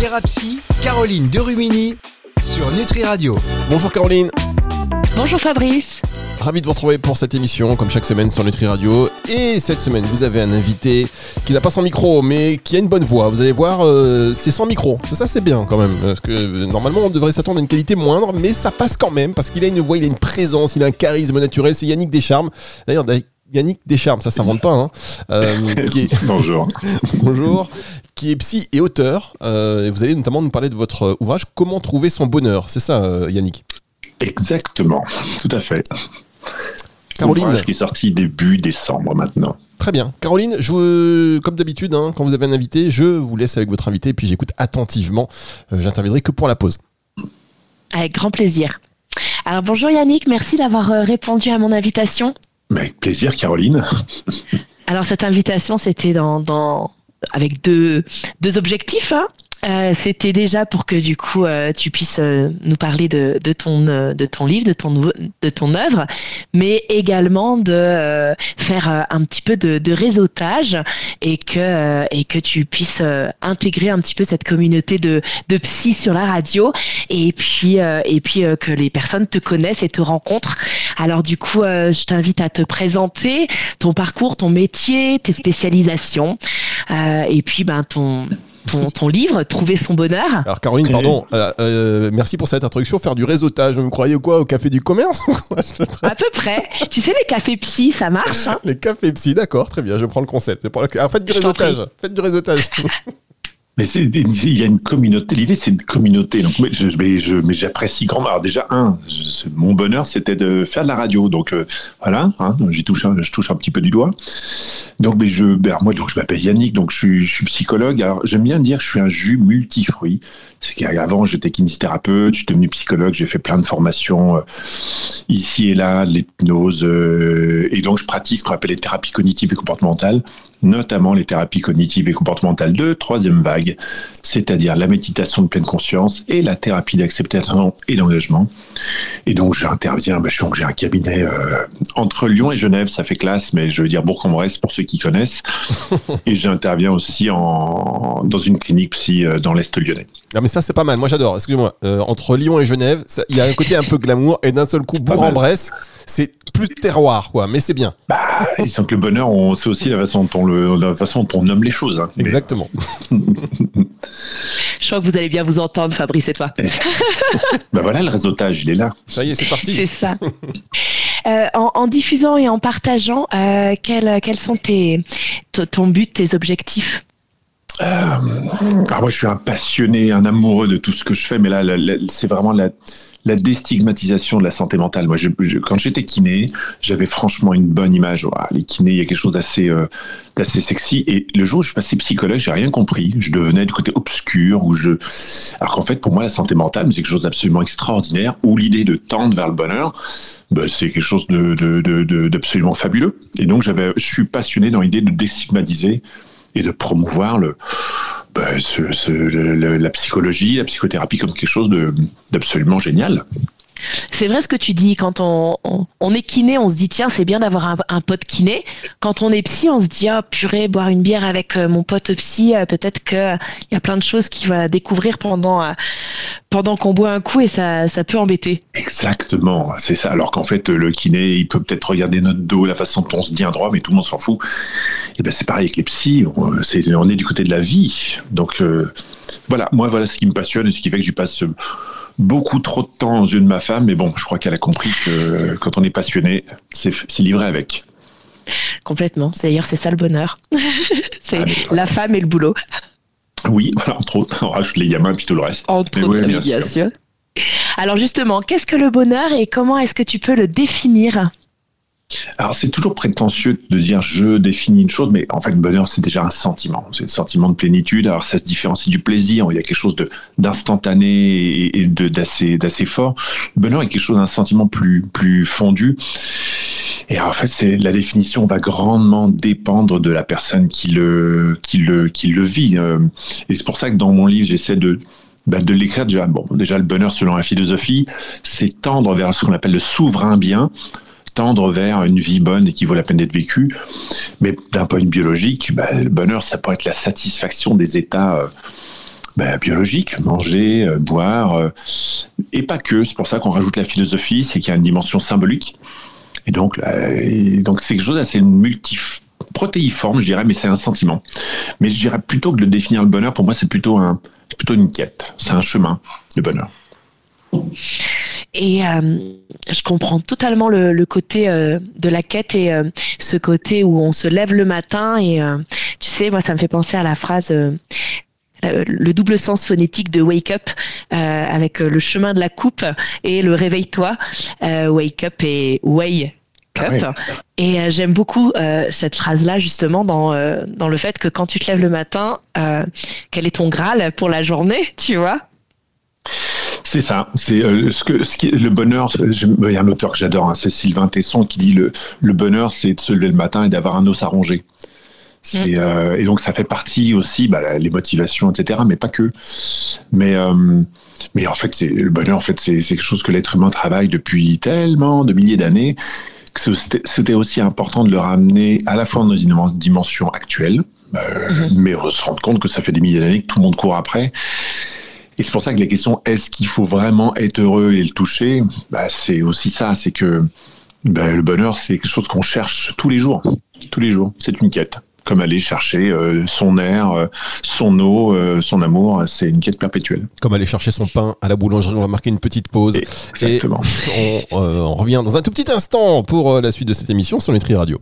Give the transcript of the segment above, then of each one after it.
Thérapie, Caroline Derumini sur Nutri Radio. Bonjour Caroline. Bonjour Fabrice. Ravi de vous retrouver pour cette émission, comme chaque semaine sur Nutri Radio. Et cette semaine, vous avez un invité qui n'a pas son micro, mais qui a une bonne voix. Vous allez voir, c'est sans micro. Ça, c'est bien quand même. Parce que normalement, on devrait s'attendre à une qualité moindre, mais ça passe quand même, parce qu'il a une voix, il a une présence, il a un charisme naturel. C'est Yannick Descharmes. D'ailleurs, Yannick Descharmes, ça s'invente pas. Bonjour. Bonjour. Qui est psy et auteur. Et vous allez notamment nous parler de votre ouvrage « Comment trouver son bonheur ». C'est ça, Yannick ? Exactement, tout à fait. Caroline. Ouvrage qui est sorti début décembre maintenant. Très bien. Caroline, comme d'habitude, quand vous avez un invité, je vous laisse avec votre invité et puis j'écoute attentivement. J'interviendrai que pour la pause. Avec grand plaisir. Alors bonjour Yannick, merci d'avoir répondu à mon invitation. Mais avec plaisir Caroline. Alors cette invitation, c'était avec deux objectifs. C'était déjà pour que du coup tu puisses nous parler de ton livre, de ton œuvre, mais également de faire un petit peu de réseautage et que tu puisses intégrer un petit peu cette communauté de psy sur la radio et puis que les personnes te connaissent et te rencontrent. Alors du coup, je t'invite à te présenter ton parcours, ton métier, tes spécialisations et puis ton livre, Trouver son bonheur. Alors Caroline, pardon, merci pour cette introduction. Faire du réseautage, vous me croyez quoi, au café du commerce? À peu près. Tu sais, les cafés psy, ça marche. Hein. Les cafés psy, d'accord, très bien, je prends le concept. Alors faites du réseautage. Faites du réseautage. Mais il y a une communauté. L'idée, c'est une communauté. Donc, mais j'apprécie grandement. Alors déjà, mon bonheur, c'était de faire de la radio. Donc voilà, je touche un petit peu du doigt. Donc, moi, je m'appelle Yannick. Donc, je suis psychologue. Alors, j'aime bien dire que je suis un jus multifruits. C'est qu'avant, j'étais kinésithérapeute. Je suis devenu psychologue. J'ai fait plein de formations ici et là, de l'hypnose. Et donc, je pratique ce qu'on appelle les thérapies cognitives et comportementales, notamment les thérapies cognitives et comportementales de troisième vague, c'est-à-dire la méditation de pleine conscience et la thérapie d'acceptation et d'engagement. Et donc, j'interviens, j'ai un cabinet entre Lyon et Genève, ça fait classe, mais je veux dire Bourg-en-Bresse pour ceux qui connaissent. Et j'interviens aussi dans une clinique psy dans l'Est lyonnais. Non mais ça c'est pas mal, moi j'adore, excusez-moi, entre Lyon et Genève, il y a un côté un peu glamour et d'un seul coup Bourg-en-Bresse, c'est plus terroir quoi, mais c'est bien. Disons que le bonheur, c'est aussi la façon dont on nomme les choses. Hein. Exactement. Je crois que vous allez bien vous entendre, Fabrice et toi. Voilà, le réseautage, il est là. Ça y est, c'est parti. C'est ça. En diffusant et en partageant, quels sont ton but, tes objectifs? Moi, je suis un passionné, un amoureux de tout ce que je fais, mais là c'est vraiment la déstigmatisation de la santé mentale. Moi, quand j'étais kiné, j'avais franchement une bonne image. Les kinés, il y a quelque chose d'assez sexy. Et le jour où je suis passé psychologue, j'ai rien compris. Je devenais du côté obscur. Alors qu'en fait, pour moi, la santé mentale, c'est quelque chose d'absolument extraordinaire. Où l'idée de tendre vers le bonheur, c'est quelque chose d'absolument fabuleux. Et donc, je suis passionné dans l'idée de déstigmatiser et de promouvoir la psychologie, la psychothérapie comme quelque chose d'absolument génial. C'est vrai ce que tu dis, quand on est kiné, on se dit tiens c'est bien d'avoir un pote kiné. Quand on est psy, on se dit purée, boire une bière avec mon pote psy, peut-être qu'il y a plein de choses qu'il va découvrir pendant qu'on boit un coup et ça peut embêter. Exactement, c'est ça. Alors qu'en fait le kiné, il peut peut-être regarder notre dos, la façon dont on se dit un droit, mais tout le monde s'en fout. Et c'est pareil avec les psys, on est du côté de la vie. Donc voilà ce qui me passionne et ce qui fait que j'y passe beaucoup trop de temps aux yeux de ma femme, mais je crois qu'elle a compris que quand on est passionné, c'est livré avec. Complètement. D'ailleurs, c'est ça le bonheur. C'est la femme et le boulot. Oui, voilà, entre autres. On rajoute les gamins puis tout le reste. Entre autres, bien sûr. Alors justement, qu'est-ce que le bonheur et comment est-ce que tu peux le définir ? Alors, c'est toujours prétentieux de dire je définis une chose, mais en fait, le bonheur, c'est déjà un sentiment. C'est un sentiment de plénitude. Alors, ça se différencie du plaisir. Il y a quelque chose d'instantané et d'assez fort. Le bonheur est quelque chose d'un sentiment plus fondu. Et alors, en fait, la définition va grandement dépendre de la personne qui le vit. Et c'est pour ça que dans mon livre, j'essaie de l'écrire déjà. Déjà, le bonheur, selon la philosophie, c'est tendre vers ce qu'on appelle le souverain bien, tendre vers une vie bonne et qui vaut la peine d'être vécue. Mais d'un point de vue biologique, le bonheur, ça peut être la satisfaction des états biologique, manger, boire, et pas que. C'est pour ça qu'on rajoute la philosophie, c'est qu'il y a une dimension symbolique. Et donc c'est quelque chose d'assez protéiforme, je dirais, mais c'est un sentiment. Mais je dirais plutôt que de définir le bonheur, pour moi, c'est plutôt une quête. C'est un chemin, le bonheur. Et je comprends totalement le côté de la quête et ce côté où on se lève le matin et tu sais, moi ça me fait penser à la phrase le double sens phonétique de wake up avec le chemin de la coupe et le réveille-toi, wake up et way up. Ouais. Et j'aime beaucoup cette phrase-là justement dans le fait que quand tu te lèves le matin, quel est ton Graal pour la journée, tu vois? C'est ça, c'est le bonheur. Il y a un auteur que j'adore, c'est Sylvain Tesson, qui dit le bonheur, c'est de se lever le matin et d'avoir un os à ronger. Et donc ça fait partie aussi, les motivations, etc., mais pas que. Mais en fait, le bonheur, en fait, c'est quelque chose que l'être humain travaille depuis tellement de milliers d'années que c'était aussi important de le ramener à la fois dans nos dimensions actuelles, mais on se rend compte que ça fait des milliers d'années que tout le monde court après. Et c'est pour ça que la question, est-ce qu'il faut vraiment être heureux et le toucher, c'est aussi ça, c'est que le bonheur, c'est quelque chose qu'on cherche tous les jours. Tous les jours, c'est une quête. Comme aller chercher son air, son eau, son amour, c'est une quête perpétuelle. Comme aller chercher son pain à la boulangerie, on va marquer une petite pause. Exactement. Et on revient dans un tout petit instant pour la suite de cette émission sur Nutri Radio.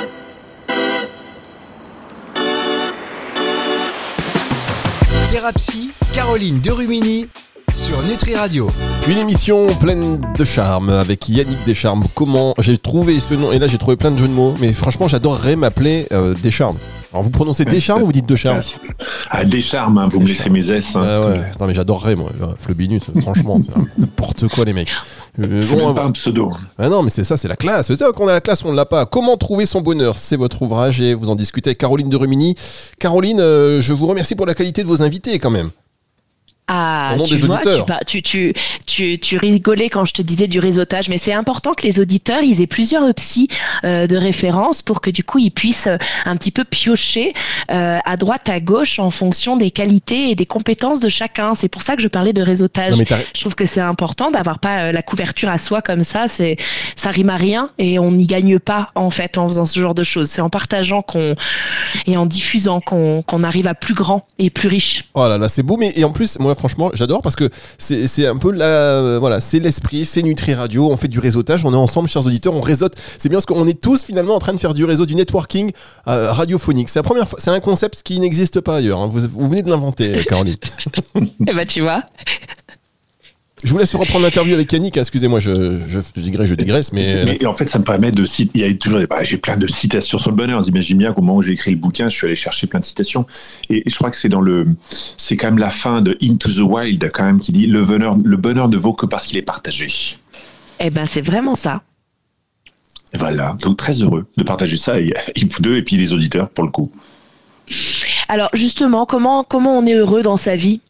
Thérapie, Caroline Derumini sur Nutri Radio. Une émission pleine de charme avec Yannick Descharmes. Comment j'ai trouvé ce nom? Et là j'ai trouvé plein de jeux de mots, mais franchement j'adorerais m'appeler Descharmes. Alors vous prononcez Descharmes ou vous dites Descharmes? Descharmes, vous me laissez mes S. Ouais. Non mais j'adorerais moi, Flobinus, franchement, c'est n'importe quoi les mecs. C'est même pas un pseudo. Ah non mais c'est ça, c'est la classe. C'est ça qu'on a la classe, on ne l'a pas. Comment trouver son bonheur? C'est votre ouvrage et vous en discutez avec Caroline Derumini. Caroline, je vous remercie pour la qualité de vos invités quand même. Ah, au nom des auditeurs. Tu rigolais quand je te disais du réseautage, mais c'est important que les auditeurs ils aient plusieurs psys de référence pour que du coup ils puissent un petit peu piocher à droite à gauche en fonction des qualités et des compétences de chacun. C'est pour ça que je parlais de réseautage. Je trouve que c'est important d'avoir pas la couverture à soi comme ça. Ça rime à rien et on n'y gagne pas en fait en faisant ce genre de choses. C'est en partageant et en diffusant qu'on arrive à plus grand et plus riche. Oh là là, c'est beau, et en plus moi franchement j'adore parce que c'est un peu c'est l'esprit, c'est Nutri Radio, on fait du réseautage, on est ensemble chers auditeurs, on réseaute, c'est bien parce qu'on est tous finalement en train de faire du réseau, du networking radiophonique. C'est la première fois, c'est un concept qui n'existe pas ailleurs, hein. Vous venez de l'inventer Caroline. Et tu vois. Je vous laisse reprendre l'interview avec Yannick, excusez-moi, je digresse, mais en fait, ça me permet il y a toujours, j'ai plein de citations sur le bonheur. J'imagine bien qu'au moment où j'ai écrit le bouquin, je suis allé chercher plein de citations. Et je crois que c'est c'est quand même la fin de Into the Wild, quand même, qui dit le bonheur ne vaut que parce qu'il est partagé. Eh ben, c'est vraiment ça. Et voilà. Donc, très heureux de partager ça, et vous deux, et puis les auditeurs, pour le coup. Alors, justement, comment on est heureux dans sa vie?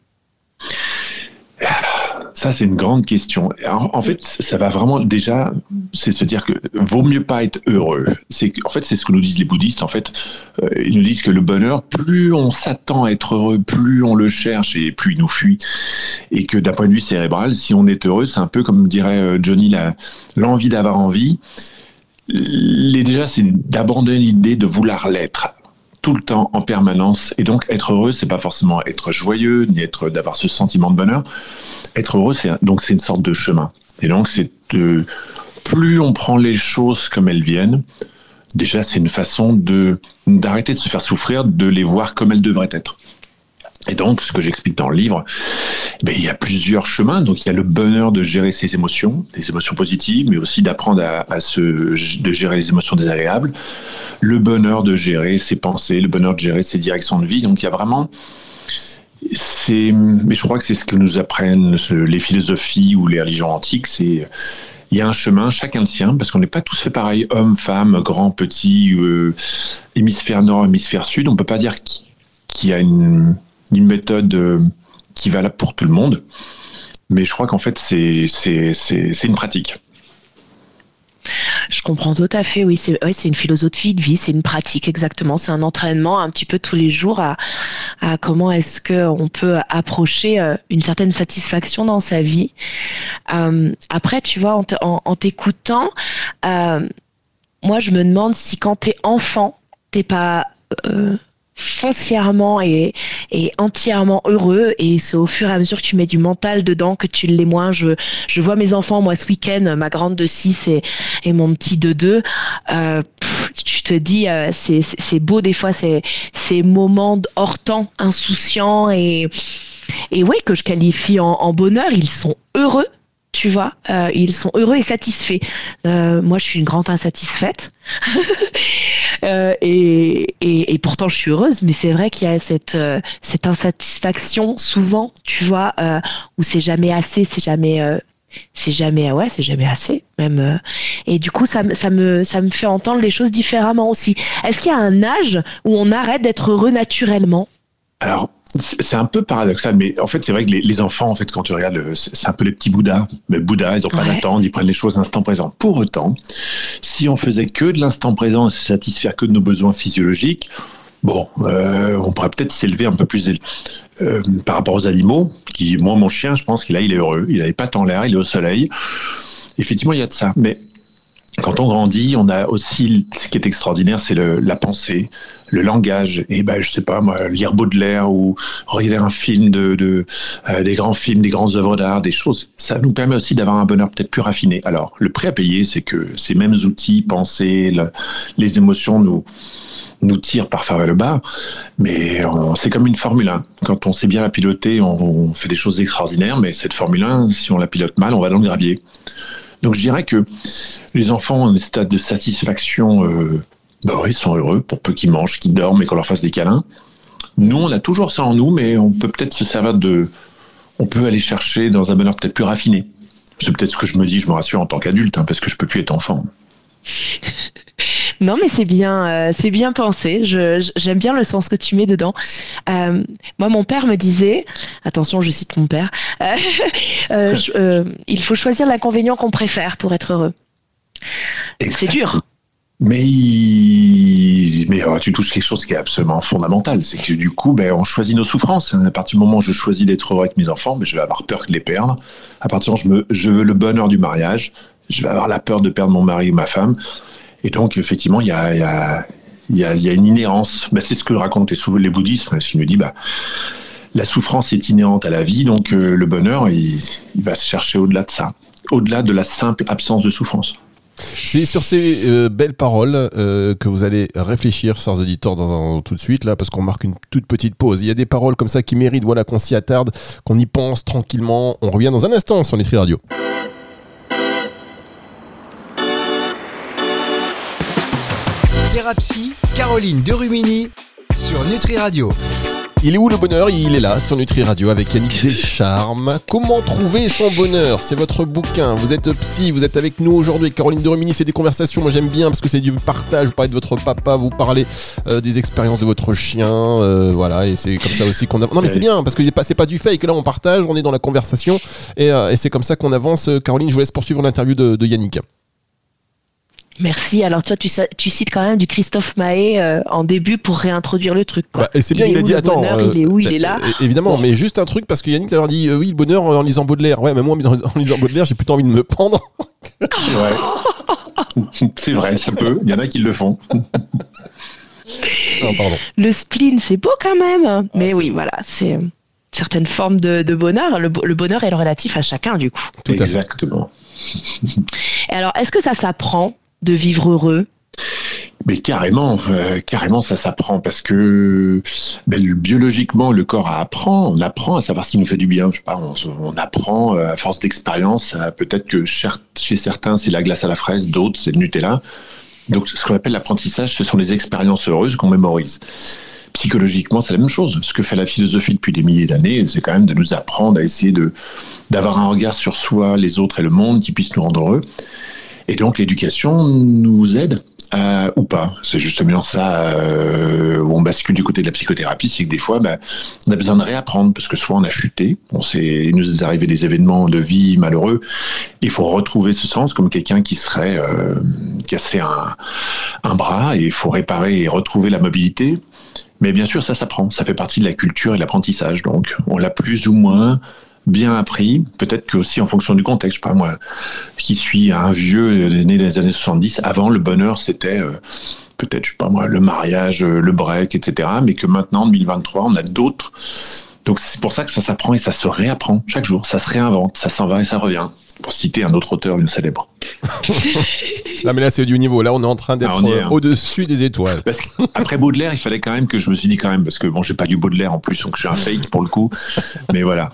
Ça, c'est une grande question. En fait, ça va vraiment déjà, c'est se dire que vaut mieux pas être heureux. C'est ce que nous disent les bouddhistes. En fait, ils nous disent que le bonheur, plus on s'attend à être heureux, plus on le cherche et plus il nous fuit. Et que d'un point de vue cérébral, si on est heureux, c'est un peu comme dirait Johnny, l'envie d'avoir envie. Déjà, c'est d'abandonner l'idée de vouloir l'être tout le temps, en permanence. Et donc, être heureux, c'est pas forcément être joyeux, ni d'avoir ce sentiment de bonheur. Être heureux, c'est une sorte de chemin. Et donc, plus on prend les choses comme elles viennent, déjà, c'est une façon d'arrêter de se faire souffrir, de les voir comme elles devraient être. Et donc, ce que j'explique dans le livre, il y a plusieurs chemins. Donc, il y a le bonheur de gérer ses émotions, les émotions positives, mais aussi d'apprendre de gérer les émotions désagréables. Le bonheur de gérer ses pensées, le bonheur de gérer ses directions de vie. Donc, il y a vraiment... Mais je crois que c'est ce que nous apprennent les philosophies ou les religions antiques. Il y a un chemin, chacun le sien, parce qu'on n'est pas tous fait pareil, hommes, femmes, grands, petits, hémisphère nord, hémisphère sud. On ne peut pas dire qu'il y a une méthode qui est valable pour tout le monde, mais je crois qu'en fait c'est une pratique. Je comprends tout à fait, oui. C'est une philosophie de vie, c'est une pratique, exactement. C'est un entraînement un petit peu tous les jours à comment est-ce qu'on peut approcher une certaine satisfaction dans sa vie. Après, tu vois, en t'écoutant, moi, je me demande si quand t'es enfant, t'es pas foncièrement et entièrement heureux, et c'est au fur et à mesure que tu mets du mental dedans que tu l'es moins. Je vois mes enfants, moi, ce week-end, ma grande de 6 et mon petit de 2, tu te dis, c'est beau des fois, ces moments hors temps, insouciants et ouais, que je qualifie en bonheur. Ils sont heureux. Tu vois, ils sont heureux et satisfaits. Moi, je suis une grande insatisfaite. Et pourtant, je suis heureuse. Mais c'est vrai qu'il y a cette insatisfaction, souvent, tu vois, où c'est jamais assez, c'est jamais assez, même. Et du coup, ça me fait entendre les choses différemment aussi. Est-ce qu'il y a un âge où on arrête d'être heureux naturellement ? Alors, c'est un peu paradoxal, mais en fait, c'est vrai que les enfants, en fait, quand tu regardes, c'est un peu les petits Bouddhas. Mais Bouddhas, ils n'ont pas d'attente, ils prennent les choses l'instant présent. Pour autant, si on faisait que de l'instant présent et se satisfaire que de nos besoins physiologiques, on pourrait peut-être s'élever un peu plus par rapport aux animaux. Moi, mon chien, je pense qu'il est heureux. Il n'avait pas tant l'air, il est au soleil. Effectivement, il y a de ça. Mais quand on grandit, on a aussi, ce qui est extraordinaire, c'est la pensée, le langage. Et je sais pas, moi, lire Baudelaire ou regarder un film des grands films, des grandes œuvres d'art, des choses. Ça nous permet aussi d'avoir un bonheur peut-être plus raffiné. Alors, le prix à payer, c'est que ces mêmes outils, pensées, les émotions nous tirent parfois vers le bas. Mais c'est comme une Formule 1. Quand on sait bien la piloter, on fait des choses extraordinaires. Mais cette Formule 1, si on la pilote mal, on va dans le gravier. Donc je dirais que les enfants ont un stade de satisfaction, ils sont heureux pour peu qu'ils mangent, qu'ils dorment et qu'on leur fasse des câlins. Nous, on a toujours ça en nous, mais on peut peut-être se servir on peut aller chercher dans un bonheur peut-être plus raffiné. C'est peut-être ce que je me dis, je me rassure en tant qu'adulte, parce que je peux plus être enfant. Non, mais c'est bien pensé. J'aime bien le sens que tu mets dedans. Moi, mon père me disait, attention, je cite mon père, il faut choisir l'inconvénient qu'on préfère pour être heureux. Exact. C'est dur. Mais tu touches quelque chose qui est absolument fondamental. C'est que du coup, on choisit nos souffrances. À partir du moment où je choisis d'être heureux avec mes enfants, je vais avoir peur de les perdre. À partir du moment où je veux le bonheur du mariage, je vais avoir la peur de perdre mon mari ou ma femme. Et donc, effectivement, il y a une inhérence. C'est ce que racontent les bouddhistes. Ils me disent, la souffrance est inhérente à la vie, donc le bonheur, il va se chercher au-delà de ça, au-delà de la simple absence de souffrance. C'est sur ces belles paroles que vous allez réfléchir, chers auditeurs, tout de suite, là, parce qu'on marque une toute petite pause. Il y a des paroles comme ça qui méritent qu'on s'y attarde, qu'on y pense tranquillement. On revient dans un instant sur Nutri Radio. Thérapie, Caroline Derumini sur Nutri Radio. Il est où le bonheur ? Il est là, sur Nutri Radio, avec Yannick Descharmes. Comment trouver son bonheur ? C'est votre bouquin. Vous êtes psy, vous êtes avec nous aujourd'hui. Caroline Derumini, c'est des conversations. Moi, j'aime bien parce que c'est du partage. Vous parlez de votre papa, vous parlez des expériences de votre chien. Voilà, et c'est comme ça aussi qu'on avance. Non, mais c'est bien parce que c'est pas du fake. Là, on partage, on est dans la conversation. Et c'est comme ça qu'on avance. Caroline, je vous laisse poursuivre l'interview de Yannick. Merci. Alors toi, tu cites quand même du Christophe Mahé en début pour réintroduire le truc, quoi. Et c'est bien, il a dit, attends, bonheur, il est où, il est là. Évidemment, mais juste un truc, parce que Yannick leur dit, oui, le bonheur en lisant Baudelaire. Ouais, mais moi, en lisant Baudelaire, j'ai plutôt envie de me pendre. C'est vrai. C'est vrai, ça peut. Il y en a qui le font. Non, pardon. Le spleen, c'est beau quand même. Mais oui, voilà, c'est certaines formes de bonheur. Le bonheur est relatif à chacun, du coup. Exactement. Et alors, est-ce que ça s'apprend de vivre heureux? Mais carrément, ça s'apprend parce que biologiquement, le corps on apprend à savoir ce qui nous fait du bien. Je sais pas, on apprend à force d'expérience. Peut-être que chez certains, c'est la glace à la fraise, d'autres, c'est le Nutella. Donc, ce qu'on appelle l'apprentissage, ce sont les expériences heureuses qu'on mémorise. Psychologiquement, c'est la même chose. Ce que fait la philosophie depuis des milliers d'années, c'est quand même de nous apprendre à essayer d'avoir un regard sur soi, les autres et le monde qui puisse nous rendre heureux. Et donc l'éducation nous aide ou pas. C'est justement ça où on bascule du côté de la psychothérapie, c'est que des fois, on a besoin de réapprendre parce que soit on a chuté, il nous est arrivé des événements de vie malheureux. Il faut retrouver ce sens comme quelqu'un qui serait cassé un bras et il faut réparer et retrouver la mobilité. Mais bien sûr, ça s'apprend. Ça fait partie de la culture et de l'apprentissage. Donc, on l'a plus ou moins bien appris, peut-être que aussi en fonction du contexte. Je sais pas moi, qui suis un vieux né des années 70, avant le bonheur c'était peut-être, je sais pas moi, le mariage, le break, etc. Mais que maintenant, en 2023, on a d'autres. Donc c'est pour ça que ça s'apprend et ça se réapprend chaque jour. Ça se réinvente, ça s'en va et ça revient. Pour citer un autre auteur bien célèbre. Là, mais là, c'est du niveau. Là, on est en train d'être au-dessus des étoiles. Parce qu'après Baudelaire, il fallait quand même que je me suis dit quand même, parce que bon, j'ai pas lu Baudelaire en plus, donc je suis un fake pour le coup. Mais voilà.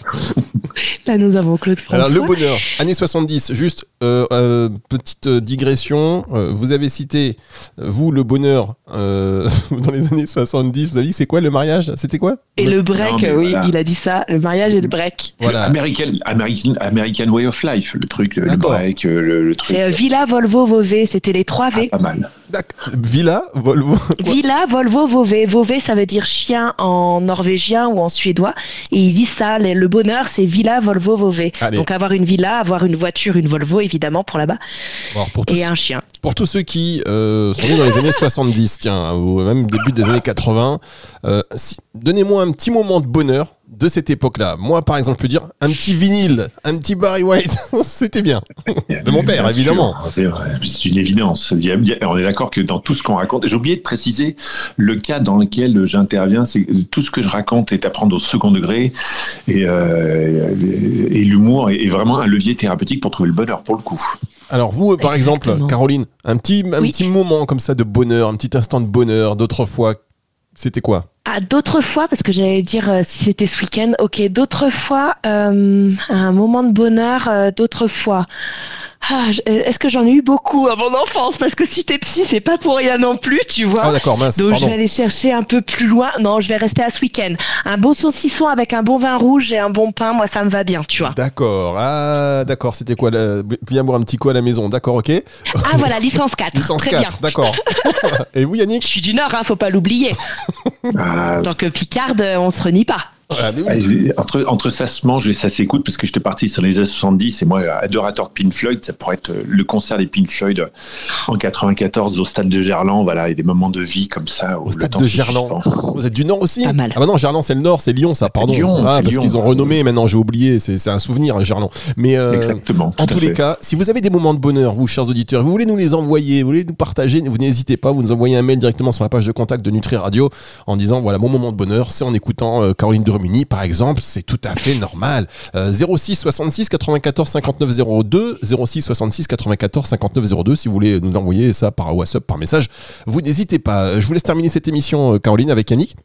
Là, nous avons Claude François. Alors, le bonheur, années 70, juste petite digression. Vous avez cité, vous, le bonheur dans les années 70. Vous avez dit, c'est quoi le mariage ? C'était quoi ? Et le break, oui, voilà. Il a dit ça, le mariage et le break. Voilà. American Way of Life, le truc, le break, le truc. C'est Villa, Volvo, Vové, c'était les 3 V. Pas mal. Villa, Volvo. Villa, Volvo, Vové. Vové, ça veut dire chien en norvégien ou en suédois. Et ils disent ça, le bonheur, c'est Villa, Volvo, Vové. Allez. Donc avoir une villa, avoir une voiture, une Volvo, évidemment, pour là-bas. Alors, un chien. Pour tous ceux qui sont nés dans les années 70, tiens, ou même début des années 80, donnez-moi un petit moment de bonheur de cette époque-là. Moi, par exemple, je peux dire un petit vinyle, un petit Barry White, c'était bien. De mon père, évidemment. C'est une évidence. On est d'accord que dans tout ce qu'on raconte, j'ai oublié de préciser le cas dans lequel j'interviens, c'est que tout ce que je raconte est à prendre au second degré et l'humour est vraiment un levier thérapeutique pour trouver le bonheur, pour le coup. Alors vous, par exemple, Caroline, un petit moment comme ça de bonheur, un petit instant de bonheur d'autrefois, c'était quoi ? D'autres fois, parce que j'allais dire si c'était ce week-end, ok, d'autres fois, un moment de bonheur, d'autres fois. Est-ce que j'en ai eu beaucoup à mon enfance ? Parce que si t'es psy, c'est pas pour rien non plus, tu vois. Ah d'accord, mince, donc pardon. Je vais aller chercher un peu plus loin. Non, je vais rester à ce week-end. Un beau saucisson avec un bon vin rouge et un bon pain, moi ça me va bien, tu vois. D'accord, d'accord, c'était quoi viens boire un petit coup à la maison, d'accord, ok. Voilà, licence 4. Licence très 4, bien. D'accord. Et vous, Yannick ? Je suis du Nord, faut pas l'oublier. En tant que Picarde, on se renie pas. Entre ça se mange et ça s'écoute, parce que j'étais parti sur les années 70 et moi, adorateur de Pink Floyd, ça pourrait être le concert des Pink Floyd en 94 au stade de Gerland. Voilà, il y a des moments de vie comme ça. Au stade de Gerland. Vous êtes du Nord aussi ? Pas mal. Ah bah non, Gerland c'est le Nord, c'est Lyon ça, pardon. Parce qu'ils ont renommé maintenant, j'ai oublié, c'est un souvenir, Gerland. Mais exactement. En tous les cas, si vous avez des moments de bonheur, vous, chers auditeurs, vous voulez nous les envoyer, vous voulez nous partager, vous n'hésitez pas, vous nous envoyez un mail directement sur la page de contact de Nutri Radio en disant voilà, mon moment de bonheur, c'est en écoutant Caroline de Rumini, par exemple. C'est tout à fait normal. 06 66 94 59 02, 06 66 94 59 02, si vous voulez nous envoyer ça par WhatsApp, par message, vous n'hésitez pas. Je vous laisse terminer cette émission, Caroline, avec Yannick.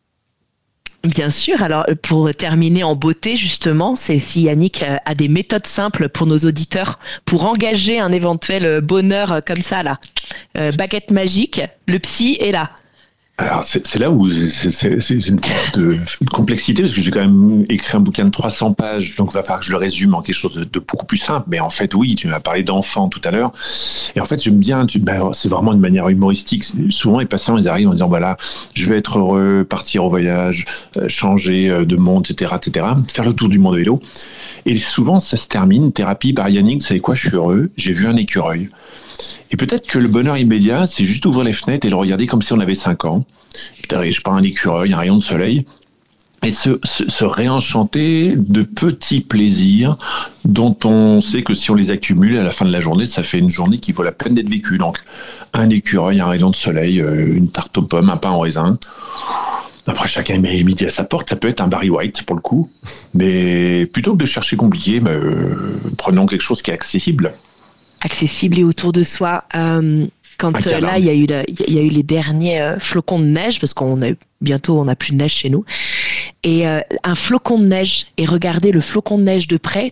Bien sûr. Alors, pour terminer en beauté, justement, c'est si Yannick a des méthodes simples pour nos auditeurs pour engager un éventuel bonheur comme ça, là. Baguette magique, le psy est là. Alors, c'est là où c'est une forme de complexité, parce que j'ai quand même écrit un bouquin de 300 pages, donc il va falloir que je le résume en quelque chose de beaucoup plus simple. Mais en fait, oui, tu m'as parlé d'enfants tout à l'heure. Et en fait, j'aime bien, c'est vraiment une manière humoristique. Souvent, les patients, ils arrivent en disant, voilà, je vais être heureux, partir au voyage, changer de monde, etc., faire le tour du monde à vélo. Et souvent, ça se termine, thérapie par Yannick, vous savez quoi, je suis heureux, j'ai vu un écureuil. Et peut-être que le bonheur immédiat, c'est juste ouvrir les fenêtres et le regarder comme si on avait 5 ans. Je prends un écureuil, un rayon de soleil, et se réenchanter de petits plaisirs dont on sait que si on les accumule à la fin de la journée, ça fait une journée qui vaut la peine d'être vécue. Donc, un écureuil, un rayon de soleil, une tarte aux pommes, un pain au raisin. Après, chacun met midi à sa porte. Ça peut être un Barry White, pour le coup. Mais plutôt que de chercher compliqué, prenons quelque chose qui est accessible. Accessible et autour de soi. Quand là, il y a eu les derniers flocons de neige, parce bientôt on n'a plus de neige chez nous. Et un flocon de neige, et regarder le flocon de neige de près,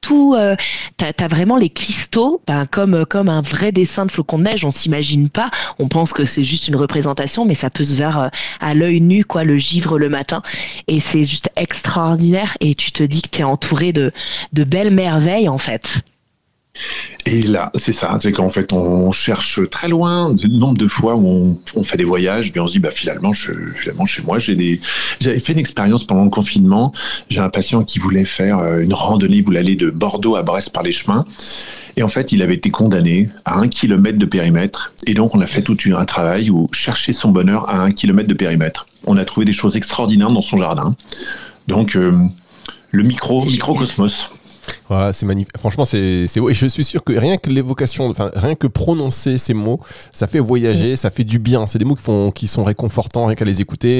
t'as vraiment les cristaux, comme un vrai dessin de flocon de neige. On s'imagine pas, on pense que c'est juste une représentation, mais ça peut se voir à l'œil nu, quoi, le givre le matin. Et c'est juste extraordinaire. Et tu te dis que t'es entouré de belles merveilles, en fait. Et là, c'est ça, c'est qu'en fait, on cherche très loin. Le nombre de fois où on fait des voyages, puis on se dit, finalement, chez moi, j'avais fait une expérience pendant le confinement. J'ai un patient qui voulait faire une randonnée, il voulait aller de Bordeaux à Brest par les chemins. Et en fait, il avait été condamné à 1 kilomètre de périmètre. Et donc, on a fait tout un travail où chercher son bonheur à 1 kilomètre de périmètre. On a trouvé des choses extraordinaires dans son jardin. Donc, le microcosmos. Ouais, c'est magnifique. Franchement, c'est beau. Et je suis sûr que rien que l'évocation, rien que prononcer ces mots, ça fait voyager, ça fait du bien. C'est des mots qui sont réconfortants, rien qu'à les écouter.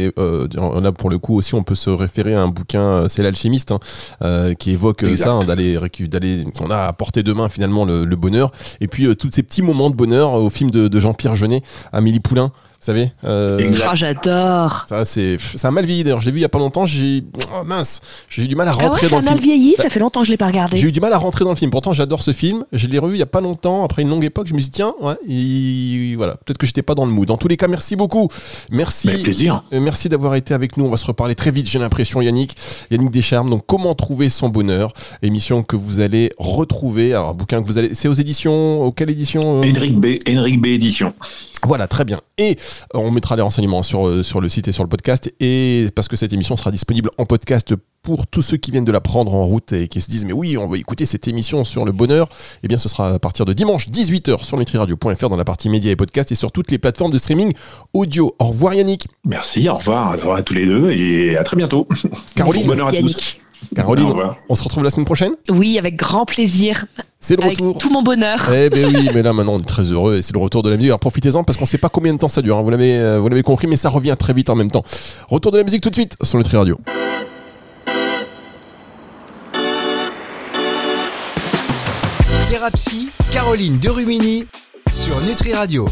Là, pour le coup, aussi, on peut se référer à un bouquin, c'est L'Alchimiste, qui évoque ça, d'aller, on a à portée de main finalement le bonheur. Et puis, tous ces petits moments de bonheur au film de Jean-Pierre Jeunet, Amélie Poulain. Vous savez j'adore. Ça a mal vieilli d'ailleurs. Je l'ai vu il y a pas longtemps. J'ai eu du mal à rentrer dans le film. Ça a mal vieilli. Ça fait longtemps que je l'ai pas regardé. J'ai eu du mal à rentrer dans le film. Pourtant, j'adore ce film. Je l'ai revu il y a pas longtemps. Après une longue époque, je me suis dit tiens, voilà. Peut-être que j'étais pas dans le mood. En tous les cas, merci beaucoup. Merci. Avec plaisir. Merci d'avoir été avec nous. On va se reparler très vite. J'ai l'impression, Yannick Descharmes. Donc, comment trouver son bonheur. Émission que vous allez retrouver. Alors, bouquin que vous allez. C'est aux éditions. Quelle édition Henrik B édition. Voilà, très bien. Et on mettra les renseignements sur le site et sur le podcast. Et parce que cette émission sera disponible en podcast pour tous ceux qui viennent de la prendre en route et qui se disent mais oui, on va écouter cette émission sur le bonheur. Eh bien, ce sera à partir de dimanche 18h sur nutriradio.fr dans la partie médias et podcasts et sur toutes les plateformes de streaming audio. Au revoir Yannick. Merci, au revoir à tous les deux et à très bientôt. Caroline, bonheur à tous. Caroline, on se retrouve la semaine prochaine ? Oui, avec grand plaisir. C'est le retour. Avec tout mon bonheur. Eh ben oui, mais là maintenant on est très heureux et c'est le retour de la musique. Alors profitez-en parce qu'on ne sait pas combien de temps ça dure. Hein. Vous l'avez compris, mais ça revient très vite en même temps. Retour de la musique tout de suite sur Nutri Radio. Thérapie, Caroline Derumini sur Nutri Radio.